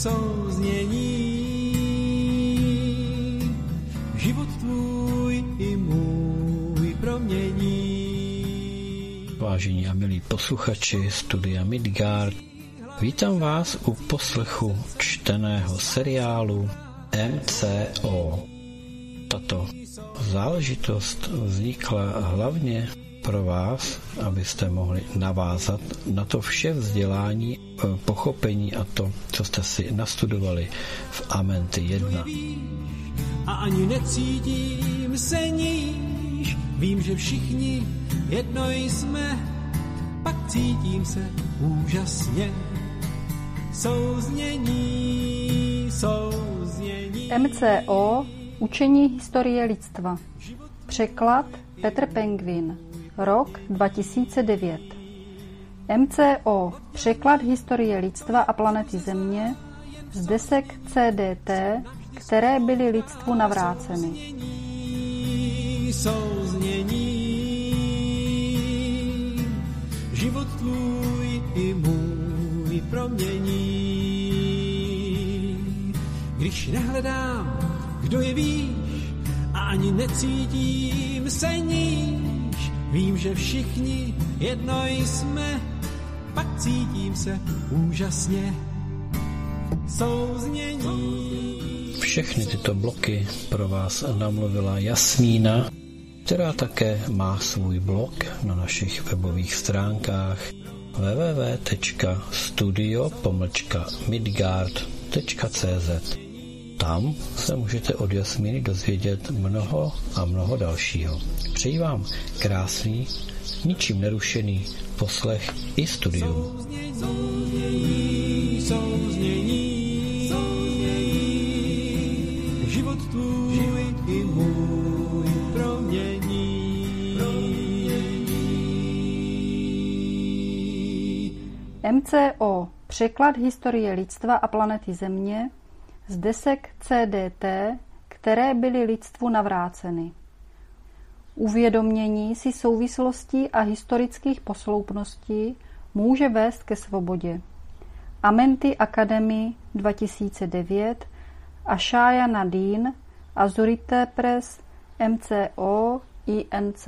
souznění. Život tvůj i můj promění. Vážení a milí posluchači Studia Midgard, vítám vás u poslechu čteného seriálu MCO. Tato záležitost vznikla hlavně pro vás, abyste mohli navázat na to vše vzdělání, pochopení a to, co jste si nastudovali v Amenty 1. A ani necítím se níž, vím, že všichni jedno jsme, pak cítím se úžasně. Souznění. MCO Učení historie lidstva. Překlad Petr Pengvin. Rok 2009. MCO Překlad historie lidstva a planety Země z desek CDT, které byly lidstvu navráceny. Souznění. Život tvůj i můj promění. Když nehledám, kdo je výš, a ani necítím se níž, vím, že všichni jedno jsme, pak cítím se úžasně. Souznění. Všechny tyto bloky pro vás namluvila Jasmína, která také má svůj blog na našich webových stránkách www.studio-midgard.cz. Tam se můžete od Jasmíny dozvědět mnoho a mnoho dalšího. Přeji vám krásný, ničím nerušený poslech i studium. Život tvůj i můj promění. MCO Překlad historie lidstva a planety Země z desek CDT, které byly lidstvu navráceny. Uvědomění si souvislostí a historických posloupností může vést ke svobodě. Amenty Academy 2009, Ashaya Nadine, Azurite Press, MCO, INC.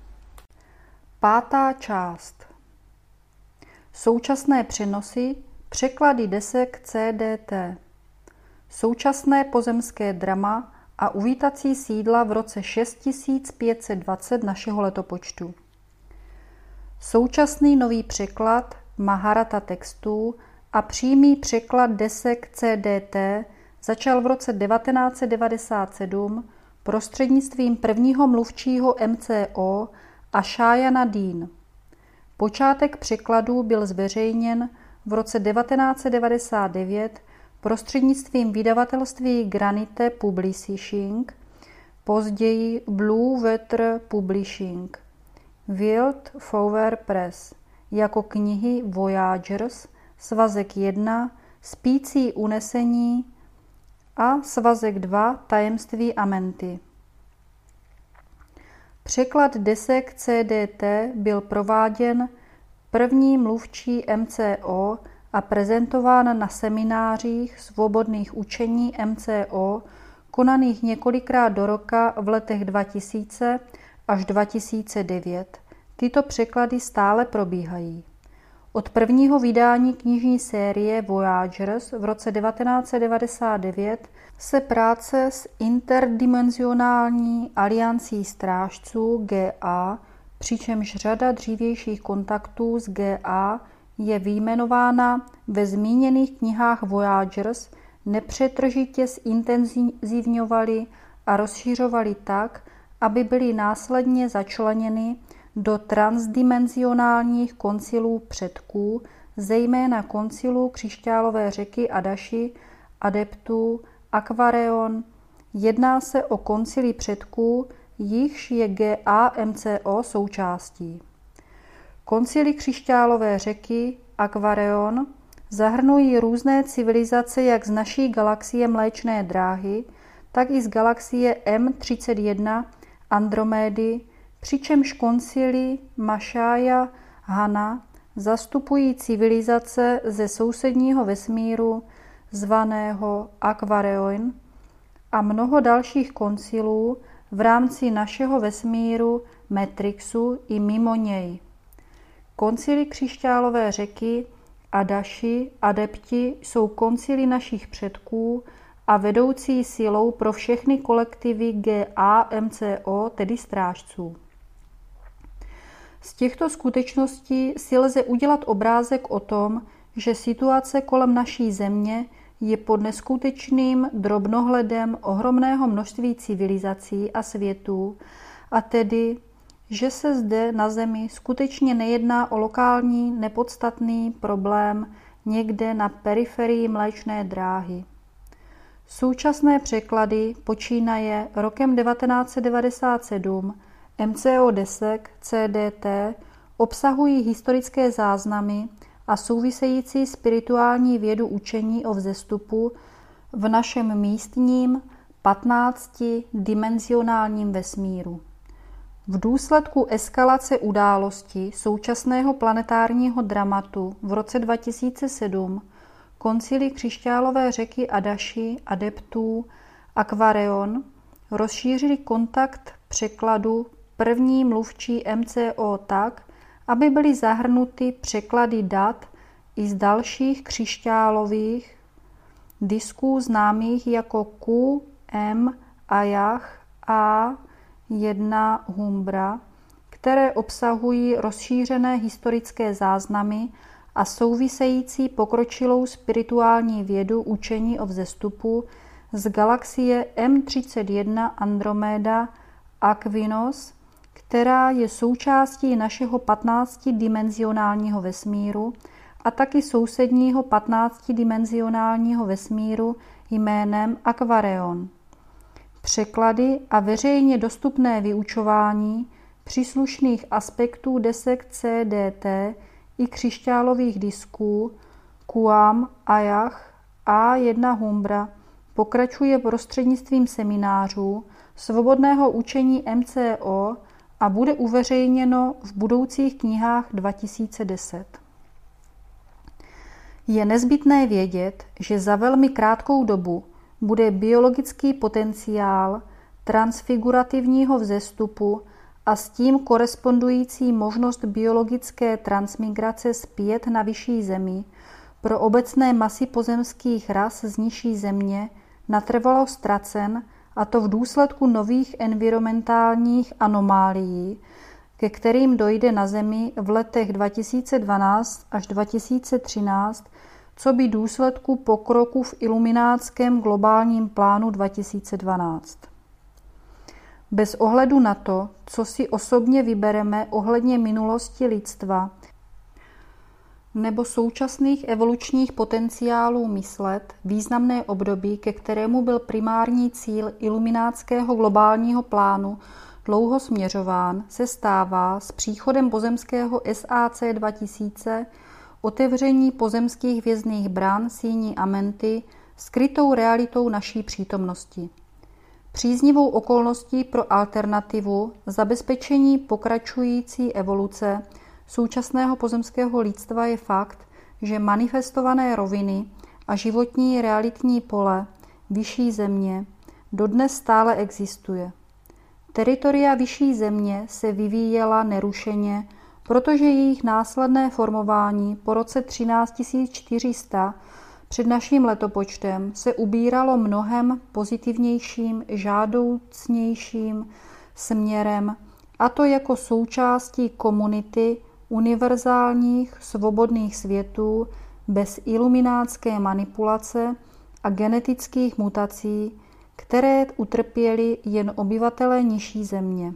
5. část. Současné přenosy, překlady desek CDT. Současné pozemské drama a uvítací sídla v roce 6520 našeho letopočtu. Současný nový překlad Maharata textů a přímý překlad desek CDT začal v roce 1997 prostřednictvím prvního mluvčího MCO Ashaya Nadine. Počátek překladů byl zveřejněn v roce 1999 prostřednictvím vydavatelství Granite Publishing, později Blue Water Publishing, Wild Flower Press, jako knihy Voyagers, svazek 1, Spící unesení a svazek 2, Tajemství Amenty. Překlad desek CDT byl prováděn první mluvčí MCO a prezentován na seminářích svobodných učení MCO, konaných několikrát do roka v letech 2000 až 2009. Tyto překlady stále probíhají. Od prvního vydání knižní série Voyagers v roce 1999 se práce s Interdimenzionální aliancí strážců GA, přičemž řada dřívějších kontaktů s GA je vyjmenována ve zmíněných knihách Voyagers, nepřetržitě zintenzivňovaly a rozšiřovaly tak, aby byly následně začleněny do transdimenzionálních koncilů předků, zejména koncilů Křišťálové řeky Adaši, adeptů, Aquareon. Jedná se o koncily předků, jichž je GA-MCO součástí. Koncily Křišťálové řeky Aquareon zahrnují různé civilizace jak z naší galaxie Mléčné dráhy, tak i z galaxie M31 Andromédy, přičemž koncily Mašája Hana zastupují civilizace ze sousedního vesmíru zvaného Aquarion, a mnoho dalších koncilů v rámci našeho vesmíru Matrixu i mimo něj. Koncily křišťálové řeky, Adaši, adepti jsou koncily našich předků a vedoucí silou pro všechny kolektivy GAMCO, tedy strážců. Z těchto skutečností si lze udělat obrázek o tom, že situace kolem naší země je pod neskutečným drobnohledem ohromného množství civilizací a světů, a tedy, že se zde na Zemi skutečně nejedná o lokální, nepodstatný problém někde na periferii Mléčné dráhy. Současné překlady počínaje rokem 1997 MCO desek CDT obsahují historické záznamy a související spirituální vědu učení o vzestupu v našem místním 15-dimenzionálním vesmíru. V důsledku eskalace události současného planetárního dramatu v roce 2007 koncily křišťálové řeky Adaši, adeptů, Aquarion rozšířili kontakt překladu první mluvčí MCO tak, aby byly zahrnuty překlady dat i z dalších křišťálových disků známých jako Q, M, Ayah, A, 1 Humbra, které obsahují rozšířené historické záznamy a související pokročilou spirituální vědu učení o vzestupu z galaxie M31 Andromeda Aquinos, která je součástí našeho 15-dimenzionálního vesmíru a taky sousedního 15-dimenzionálního vesmíru jménem Aquarion. Překlady a veřejně dostupné vyučování příslušných aspektů desek CDT i křišťálových disků Quam, Ayah, A1 Humbra pokračuje prostřednictvím seminářů svobodného učení MCO a bude uveřejněno v budoucích knihách 2010. Je nezbytné vědět, že za velmi krátkou dobu bude biologický potenciál transfigurativního vzestupu a s tím korespondující možnost biologické transmigrace zpět na vyšší zemi pro obecné masy pozemských ras z nižší země natrvalo ztracen, a to v důsledku nových environmentálních anomálií, ke kterým dojde na Zemi v letech 2012 až 2013, co by důsledku pokroku v iluminátském globálním plánu 2012. Bez ohledu na to, co si osobně vybereme ohledně minulosti lidstva nebo současných evolučních potenciálů myslet, významné období, ke kterému byl primární cíl iluminátského globálního plánu dlouho směřován, se stává s příchodem pozemského SAC 2000 otevření pozemských hvězdných bran síní Amenty skrytou realitou naší přítomnosti. Příznivou okolností pro alternativu zabezpečení pokračující evoluce současného pozemského lidstva je fakt, že manifestované roviny a životní realitní pole vyšší země dodnes stále existuje. Teritoria vyšší země se vyvíjela nerušeně, protože jejich následné formování po roce 13400 před naším letopočtem se ubíralo mnohem pozitivnějším, žádoucnějším směrem, a to jako součástí komunity univerzálních svobodných světů bez iluminátské manipulace a genetických mutací, které utrpěli jen obyvatelé nižší země.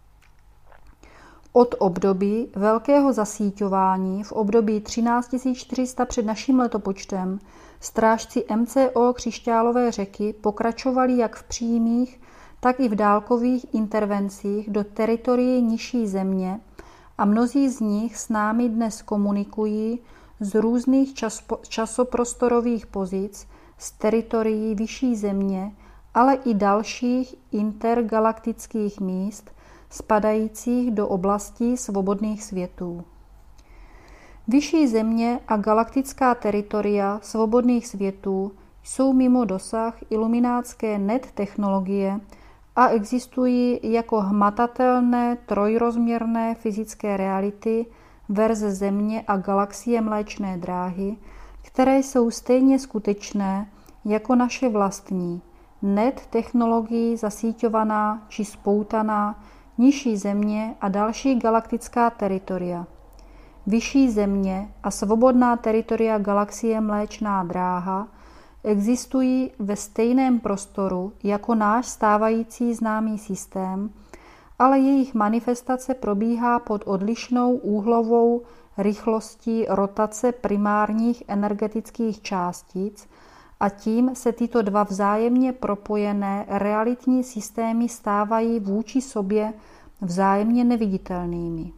Od období velkého zasíťování v období 13400 před naším letopočtem strážci MCO křišťálové řeky pokračovali jak v přímých, tak i v dálkových intervencích do teritorií nižší země a mnozí z nich s námi dnes komunikují z různých časoprostorových pozic z teritorií vyšší země, ale i dalších intergalaktických míst spadajících do oblastí svobodných světů. Vyšší země a galaktická teritoria svobodných světů jsou mimo dosah iluminátské net technologie a existují jako hmatatelné trojrozměrné fyzické reality verze Země a galaxie Mléčné dráhy, které jsou stejně skutečné jako naše vlastní, net technologií zasíťovaná či spoutaná nižší Země a další galaktická teritoria. Vyšší Země a svobodná teritoria galaxie Mléčná dráha existují ve stejném prostoru jako náš stávající známý systém, ale jejich manifestace probíhá pod odlišnou úhlovou rychlostí rotace primárních energetických částic a tím se tyto dva vzájemně propojené realitní systémy stávají vůči sobě vzájemně neviditelnými.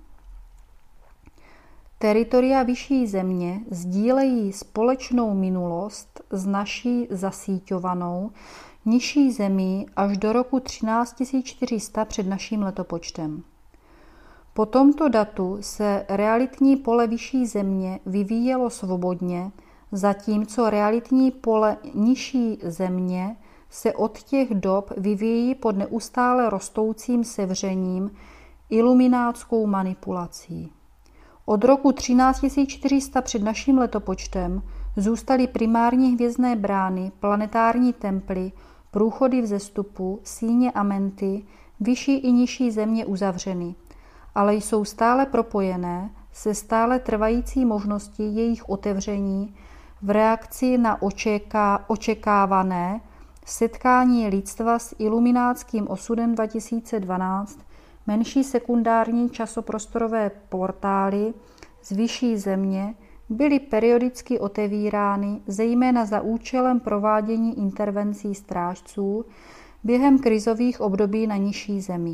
Teritoria vyšší Země sdílejí společnou minulost s naší zasíťovanou nižší Zemí až do roku 13 400 před naším letopočtem. Po tomto datu se realitní pole vyšší Země vyvíjelo svobodně, zatímco realitní pole nižší Země se od těch dob vyvíjí pod neustále rostoucím sevřením iluminátskou manipulací. Od roku 13 400 před naším letopočtem zůstaly primární hvězdné brány, planetární temply, průchody vzestupu, síně Amenty, vyšší i nižší Země uzavřeny, ale jsou stále propojené se stále trvající možností jejich otevření v reakci na očekávané setkání lidstva s iluminátským osudem 2012, menší sekundární časoprostorové portály z vyšší Země byly periodicky otevírány zejména za účelem provádění intervencí strážců během krizových období na nižší Zemi.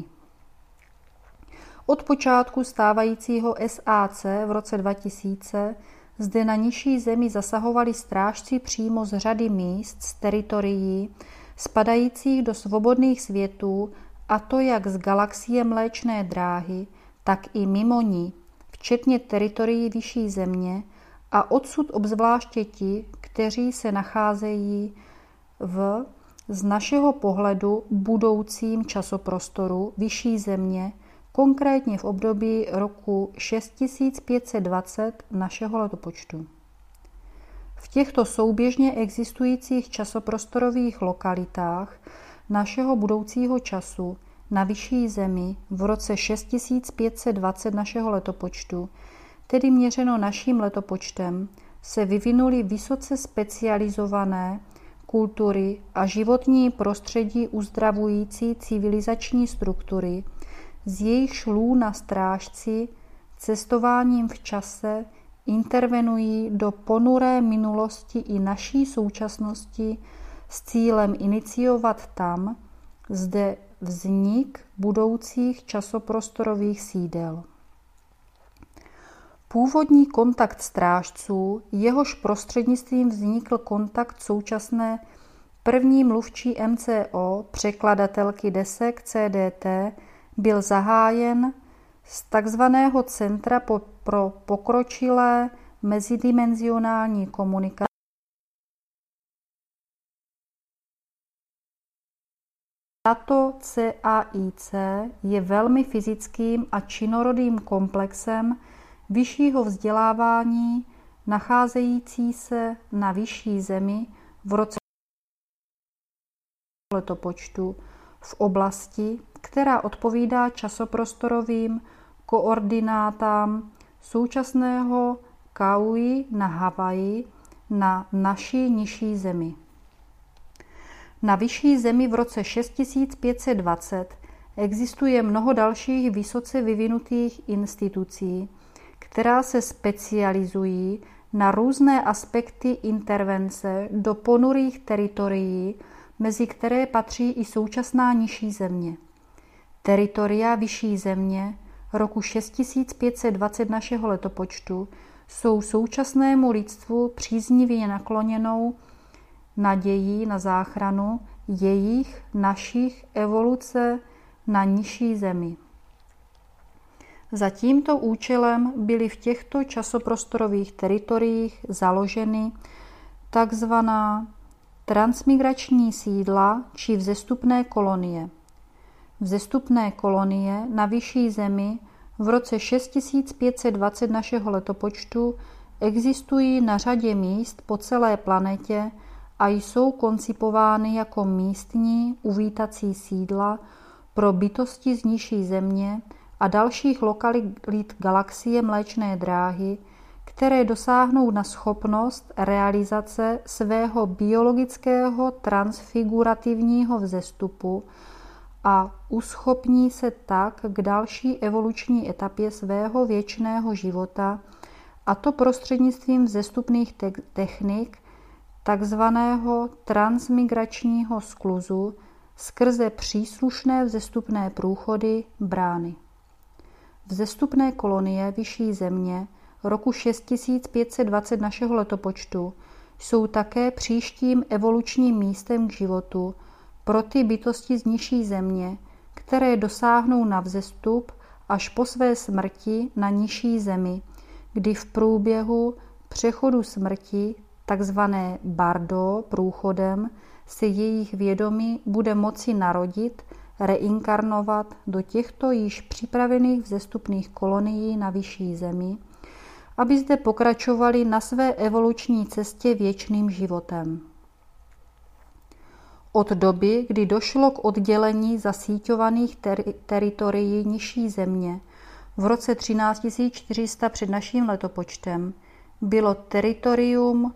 Od počátku stávajícího SAC v roce 2000 zde na nižší Zemi zasahovali strážci přímo z řady míst z teritorií spadajících do svobodných světů, a to jak z galaxie Mléčné dráhy, tak i mimo ní, včetně teritorií vyšší Země a odsud obzvláště ti, kteří se nacházejí v z našeho pohledu budoucím časoprostoru vyšší Země, konkrétně v období roku 6520 našeho letopočtu. V těchto souběžně existujících časoprostorových lokalitách našeho budoucího času na vyšší Zemi v roce 6520 našeho letopočtu, tedy měřeno naším letopočtem, se vyvinuly vysoce specializované kultury a životní prostředí uzdravující civilizační struktury, z jejich lůna strážci cestováním v čase intervenují do ponuré minulosti i naší současnosti s cílem iniciovat tam, zde vznik budoucích časoprostorových sídel. Původní kontakt strážců, jehož prostřednictvím vznikl kontakt současné první mluvčí MCO, překladatelky desek CDT, byl zahájen z takzvaného Centra pro pokročilé mezidimenzionální komunikace. Tato CAIC je velmi fyzickým a činorodým komplexem vyššího vzdělávání nacházející se na vyšší Zemi v roce letopočtu v oblasti, která odpovídá časoprostorovým koordinátám současného Kauai na Havaji na naší nižší Zemi. Na vyšší Zemi v roce 6520 existuje mnoho dalších vysoce vyvinutých institucí, která se specializují na různé aspekty intervence do ponurých teritorií, mezi které patří i současná nižší Země. Teritoria vyšší Země roku 6520 našeho letopočtu jsou současnému lidstvu příznivě nakloněnou nadějí na záchranu jejich, našich evoluce na nižší Zemi. Za tímto účelem byly v těchto časoprostorových teritoriích založeny takzvaná transmigrační sídla či vzestupné kolonie. Vzestupné kolonie na vyšší Zemi v roce 6520 našeho letopočtu existují na řadě míst po celé planetě a jsou koncipovány jako místní uvítací sídla pro bytosti z nižší Země a dalších lokalit galaxie Mléčné dráhy, které dosáhnou na schopnost realizace svého biologického transfigurativního vzestupu a uschopní se tak k další evoluční etapě svého věčného života, a to prostřednictvím vzestupných technik takzvaného transmigračního skluzu skrze příslušné vzestupné průchody brány. Vzestupné kolonie vyšší Země roku 6520 našeho letopočtu jsou také příštím evolučním místem k životu pro ty bytosti z nižší Země, které dosáhnou na vzestup až po své smrti na nižší Zemi, kdy v průběhu přechodu smrti, takzvané bardo průchodem, se jejich vědomí bude moci narodit, reinkarnovat do těchto již připravených vzestupných kolonií na vyšší Zemi, aby zde pokračovali na své evoluční cestě věčným životem. Od doby, kdy došlo k oddělení zasíťovaných teritorií nižší Země v roce 13400 před naším letopočtem, bylo teritorium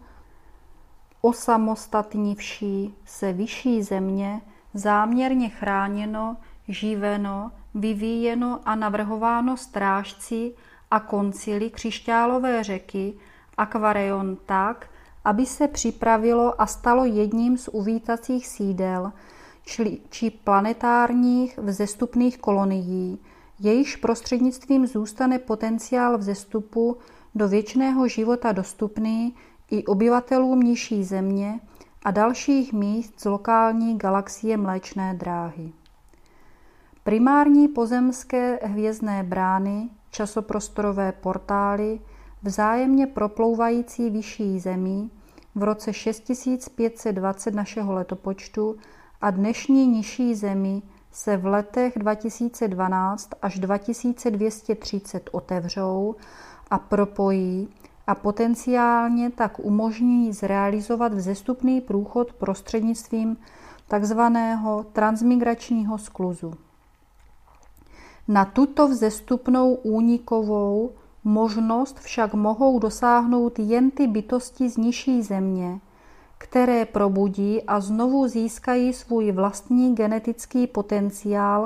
osamostatnivší se vyšší Země záměrně chráněno, živeno, vyvíjeno a navrhováno strážci a koncily křišťálové řeky Aquarion tak, aby se připravilo a stalo jedním z uvítacích sídel či planetárních vzestupných kolonií, jejichž prostřednictvím zůstane potenciál vzestupu do věčného života dostupný i obyvatelům nižší Země a dalších míst z lokální galaxie Mléčné dráhy. Primární pozemské hvězdné brány, časoprostorové portály, vzájemně proplouvající vyšší Zemí v roce 6520 našeho letopočtu a dnešní nižší Zemi se v letech 2012 až 2230 otevřou a propojí a potenciálně tak umožní zrealizovat vzestupný průchod prostřednictvím takzvaného transmigračního skluzu. Na tuto vzestupnou únikovou možnost však mohou dosáhnout jen ty bytosti z nižší Země, které probudí a znovu získají svůj vlastní genetický potenciál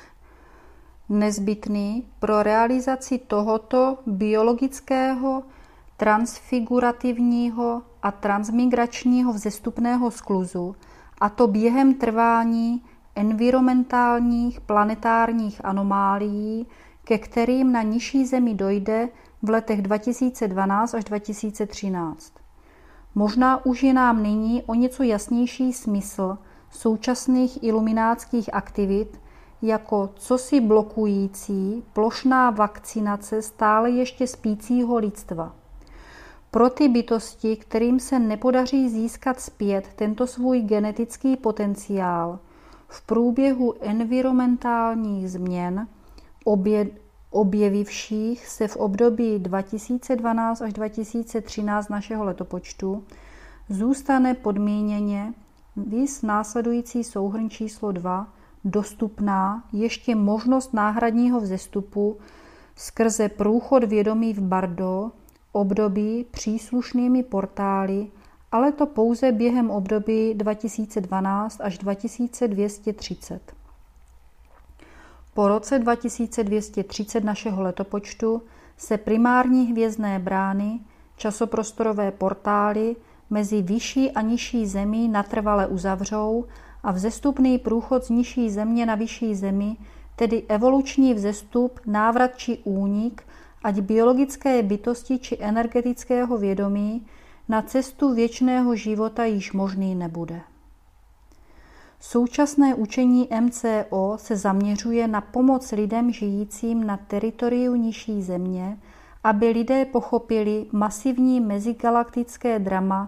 nezbytný pro realizaci tohoto biologického, transfigurativního a transmigračního vzestupného skluzu, a to během trvání environmentálních planetárních anomálií, ke kterým na nižší Zemi dojde v letech 2012 až 2013. Možná už je nám nyní o něco jasnější smysl současných iluminátských aktivit jako cosi blokující plošná vakcinace stále ještě spícího lidstva. Pro ty bytosti, kterým se nepodaří získat zpět tento svůj genetický potenciál v průběhu environmentálních změn, objevivších se v období 2012 až 2013 našeho letopočtu, zůstane podmíněně viz následující souhrn číslo 2 dostupná ještě možnost náhradního vzestupu skrze průchod vědomí v bardo období příslušnými portály, ale to pouze během období 2012 až 2230. Po roce 2230 našeho letopočtu se primární hvězdné brány, časoprostorové portály mezi vyšší a nižší Zemí natrvale uzavřou a vzestupný průchod z nižší Země na vyšší Zemi, tedy evoluční vzestup, návrat či únik, ať biologické bytosti či energetického vědomí, na cestu věčného života již možný nebude. Současné učení MCO se zaměřuje na pomoc lidem žijícím na teritoriu nižší Země, aby lidé pochopili masivní mezigalaktické drama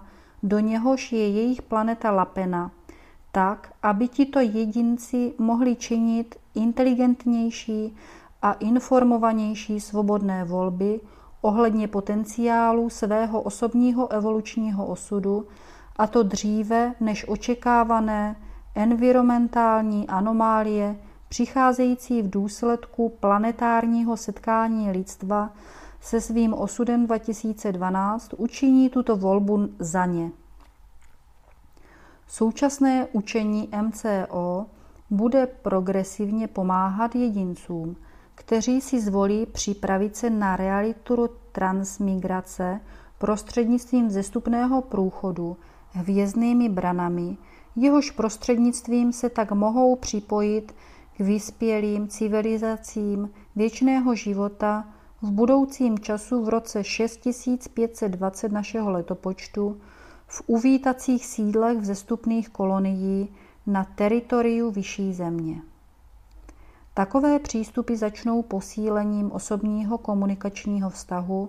do něhož je jejich planeta lapena, tak, aby tito jedinci mohli činit inteligentnější a informovanější svobodné volby ohledně potenciálu svého osobního evolučního osudu, a to dříve než očekávané environmentální anomálie přicházející v důsledku planetárního setkání lidstva se svým osudem 2012 učiní tuto volbu za ně. Současné učení MCO bude progresivně pomáhat jedincům, kteří si zvolí připravit se na realitu transmigrace prostřednictvím vzestupného průchodu hvězdnými branami, jehož prostřednictvím se tak mohou připojit k vyspělým civilizacím věčného života v budoucím času v roce 6520 našeho letopočtu v uvítacích sídlech vzestupných kolonií na teritoriu vyšší země. Takové přístupy začnou posílením osobního komunikačního vztahu,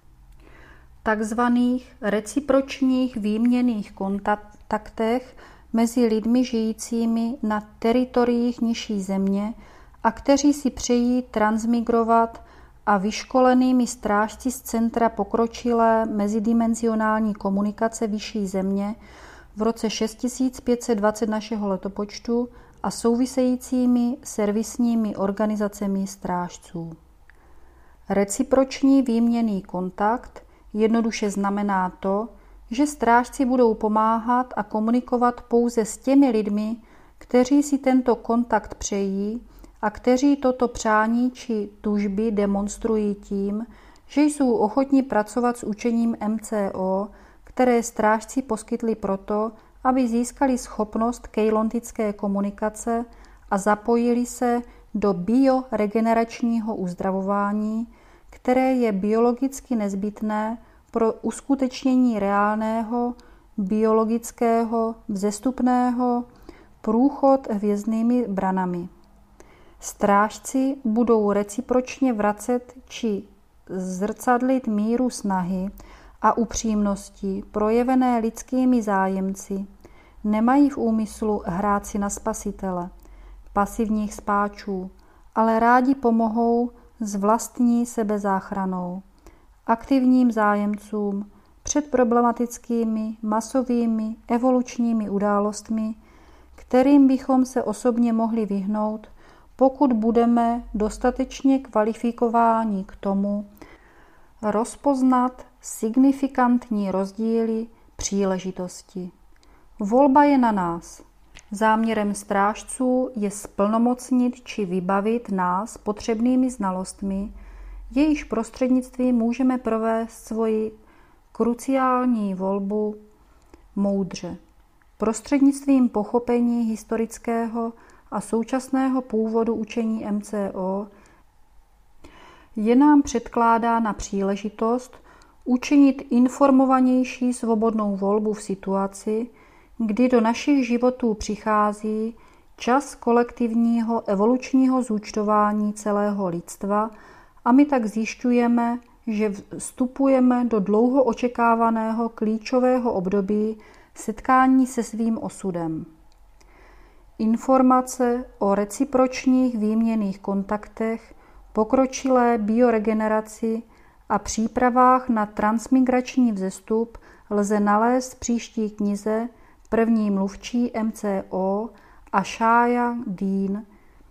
takzvaných recipročních výměnných kontaktech mezi lidmi žijícími na teritoriích nižší země a kteří si přejí transmigrovat, a vyškolenými strážci z Centra pokročilé mezidimenzionální komunikace vyšší země v roce 6520 našeho letopočtu a souvisejícími servisními organizacemi strážců. Reciproční výměnný kontakt jednoduše znamená to, že strážci budou pomáhat a komunikovat pouze s těmi lidmi, kteří si tento kontakt přejí a kteří toto přání či tužby demonstrují tím, že jsou ochotní pracovat s učením MCO, které strážci poskytli proto, aby získali schopnost keylontické komunikace a zapojili se do bioregeneračního uzdravování, které je biologicky nezbytné pro uskutečnění reálného, biologického, vzestupného průchod hvězdnými branami. Strážci budou recipročně vracet či zrcadlit míru snahy a upřímnosti projevené lidskými zájemci. Nemají v úmyslu hrát si na spasitele, pasivních spáčů, ale rádi pomohou s vlastní sebezáchranou, aktivním zájemcům před problematickými masovými evolučními událostmi, kterým bychom se osobně mohli vyhnout, pokud budeme dostatečně kvalifikováni k tomu rozpoznat signifikantní rozdíly příležitosti. Volba je na nás. Záměrem strážců je splnomocnit či vybavit nás potřebnými znalostmi, jejichž prostřednictvím můžeme provést svoji kruciální volbu moudře. Prostřednictvím pochopení historického a současného původu učení MCO je nám předkládána příležitost učinit informovanější svobodnou volbu v situaci, kdy do našich životů přichází čas kolektivního evolučního zúčtování celého lidstva a my tak zjišťujeme, že vstupujeme do dlouho očekávaného klíčového období setkání se svým osudem. Informace o recipročních výměnných kontaktech, pokročilé bioregeneraci a přípravách na transmigrační vzestup lze nalézt v příští knize První mluvčí MCO a Shaya Dean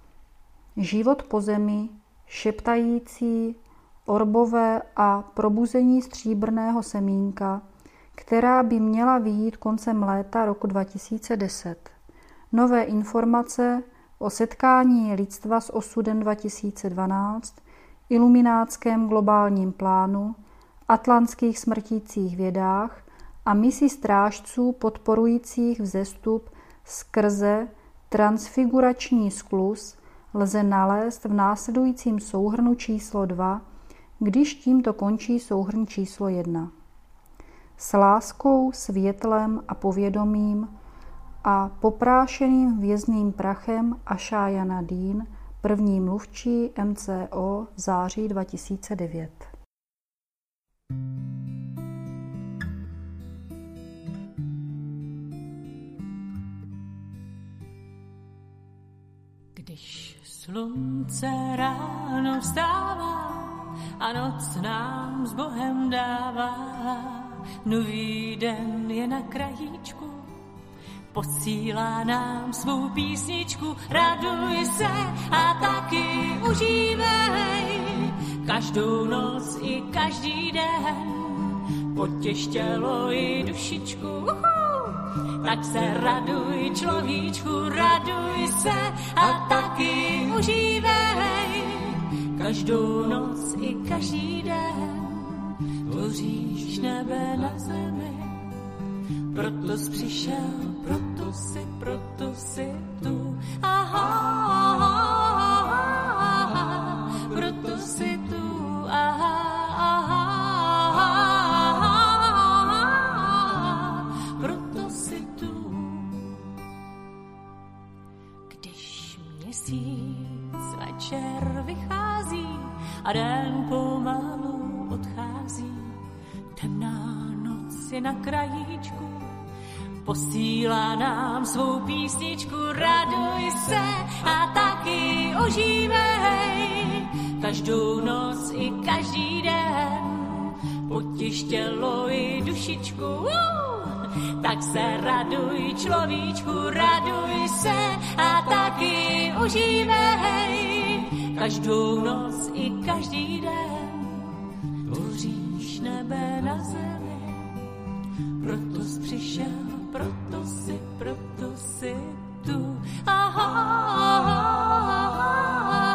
Život po zemi, šeptající, orbové a probuzení stříbrného semínka, která by měla vyjít koncem léta roku 2010. Nové informace o setkání lidstva s osudem 2012, iluminátském globálním plánu, atlantských smrtících vědách a misi strážců podporujících vzestup skrze transfigurační skluz lze nalézt v následujícím souhrnu číslo 2, když tímto končí souhrn číslo 1. S láskou, světlem a povědomím a poprášeným hvězdným prachem Shaya Dean, první mluvčí MCO, září 2009. Slunce ráno vstává a noc nám s Bohem dává. Nový den je na krajíčku, posílá nám svou písničku. Raduj se a taky užívej každou noc i každý den. Potěš tělo i dušičku, tak se raduj človíčku, raduj se a taky užívej každou noc i každý den. Tvoříš nebe na zemi, proto jsi přišel, proto jsi tu. Aha, proto jsi tu. Aha, proto jsi tu. Když měsíc večer vychází a den pomalu odchází, temná noc je na krajíčku, posílá nám svou písničku. Raduj se a taky užívej každou noc i každý den. Potěš tělo i dušičku, tak se raduj človíčku, raduj se a taky užívej každou noc i každý den. Tvoříš nebe na zemi, proto jsi přišel, proto jsi tu. Aha, aha, aha.